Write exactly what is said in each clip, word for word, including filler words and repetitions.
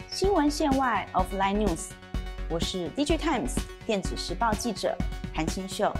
新闻线外 Offline News， 我是 D J Times 电子时报记者韩清秀。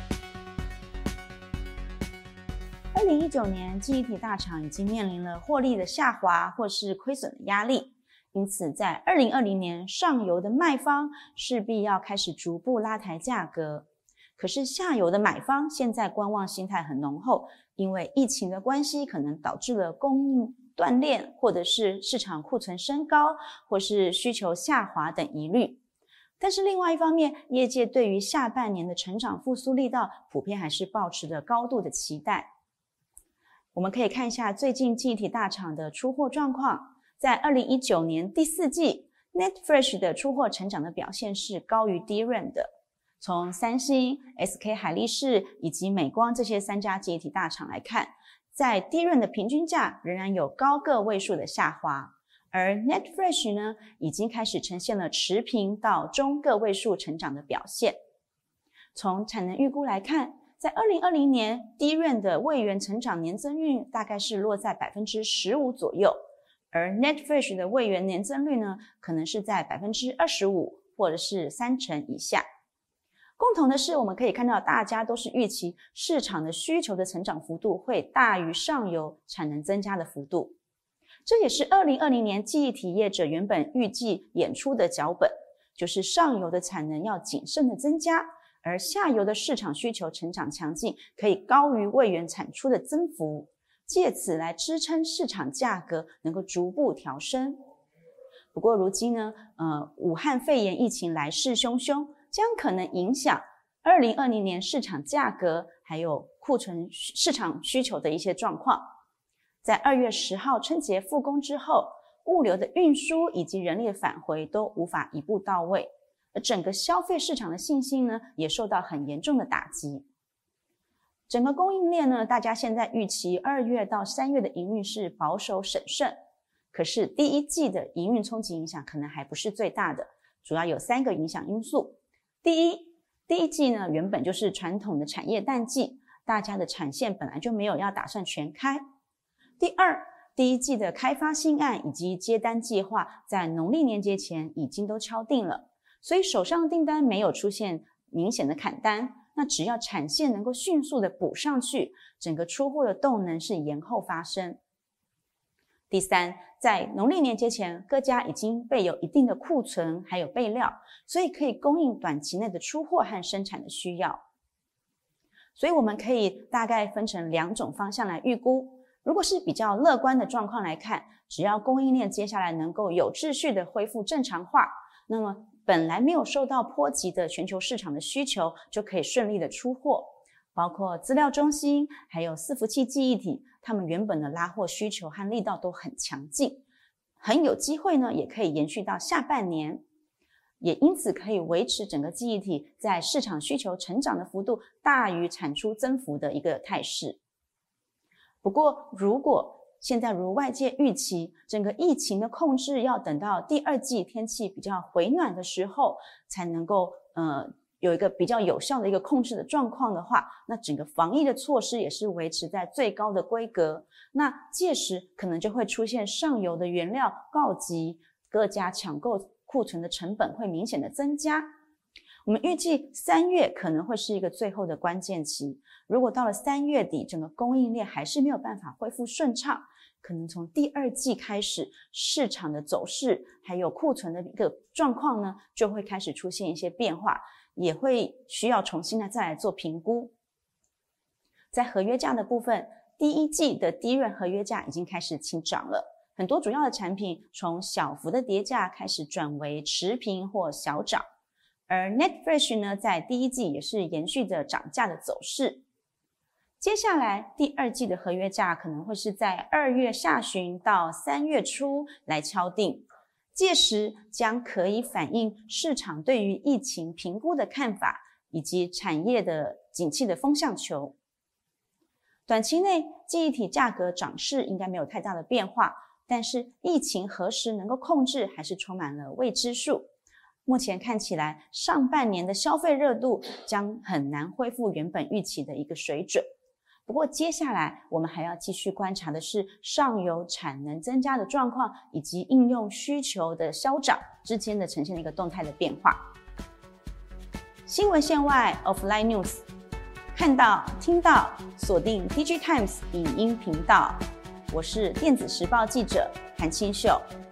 二零一九年，记忆体大厂已经面临了获利的下滑或是亏损的压力，因此在二零二零年，上游的卖方势必要开始逐步拉抬价格。可是下游的买方现在观望心态很浓厚，因为疫情的关系，可能导致了供应断裂，或者是市场库存升高，或是需求下滑等疑虑。但是另外一方面，业界对于下半年的成长复苏力道，普遍还是抱持着高度的期待。我们可以看一下最近记忆体大厂的出货状况。在二零一九年第四季 ，NetFresh 的出货成长的表现是高于 D RAM 的。从三星、S K 海力士以及美光这些三家记忆体大厂来看，在 D RAM 的平均价仍然有高个位数的下滑，而 NetFresh 呢，已经开始呈现了持平到中个位数成长的表现。从产能预估来看，在二零二零年 D RAM 的位元成长年增率大概是落在 百分之十五 左右，而 NetFresh 的位元年增率呢，可能是在 百分之二十五 或者是三成以下。共同的是，我们可以看到大家都是预期市场的需求的成长幅度会大于上游产能增加的幅度。这也是二零二零年记忆体业者原本预计演出的脚本，就是上游的产能要谨慎的增加，而下游的市场需求成长强劲，可以高于位元产出的增幅，借此来支撑市场价格能够逐步调升。不过如今呢，呃，武汉肺炎疫情来势汹汹，将可能影响二零二零年市场价格还有库存市场需求的一些状况。在二月十号春节复工之后，物流的运输以及人力的返回都无法一步到位，而整个消费市场的信心呢，也受到很严重的打击。整个供应链呢，大家现在预期二月到三月的营运是保守审慎，可是第一季的营运冲击影响可能还不是最大的，主要有三个影响因素。第一，第一季呢原本就是传统的产业淡季，大家的产线本来就没有要打算全开。第二，第一季的开发新案以及接单计划在农历年节前已经都敲定了，所以手上的订单没有出现明显的砍单，那只要产线能够迅速的补上去，整个出货的动能是延后发生。第三，在农历年节前，各家已经备有一定的库存还有备料，所以可以供应短期内的出货和生产的需要。所以我们可以大概分成两种方向来预估。如果是比较乐观的状况来看，只要供应链接下来能够有秩序的恢复正常化，那么本来没有受到波及的全球市场的需求就可以顺利的出货，包括资料中心还有伺服器记忆体，他们原本的拉货需求和力道都很强劲，很有机会呢也可以延续到下半年，也因此可以维持整个记忆体在市场需求成长的幅度大于产出增幅的一个态势。不过如果现在如外界预期，整个疫情的控制要等到第二季天气比较回暖的时候才能够呃有一个比较有效的一个控制的状况的话，那整个防疫的措施也是维持在最高的规格，那届时可能就会出现上游的原料告急，各家抢购库存的成本会明显的增加。我们预计三月可能会是一个最后的关键期，如果到了三月底，整个供应链还是没有办法恢复顺畅，可能从第二季开始，市场的走势还有库存的一个状况呢，就会开始出现一些变化，也会需要重新的再来做评估。在合约价的部分，第一季的D RAM合约价已经开始起涨了，很多主要的产品从小幅的跌价开始转为持平或小涨，而 NetFresh 呢，在第一季也是延续着涨价的走势。接下来第二季的合约价可能会是在二月下旬到三月初来敲定，届时将可以反映市场对于疫情评估的看法以及产业的景气的风向球。短期内记忆体价格涨势应该没有太大的变化，但是疫情何时能够控制还是充满了未知数。目前看起来上半年的消费热度将很难恢复原本预期的一个水准， 不过接下来我们还要继续观察的是上游产能增加的状况，以及应用需求的消长之间的呈现的一个动态的变化。新闻线外 Offline News， 看到听到锁定 D G Times 影音频道，我是电子时报记者韩清秀。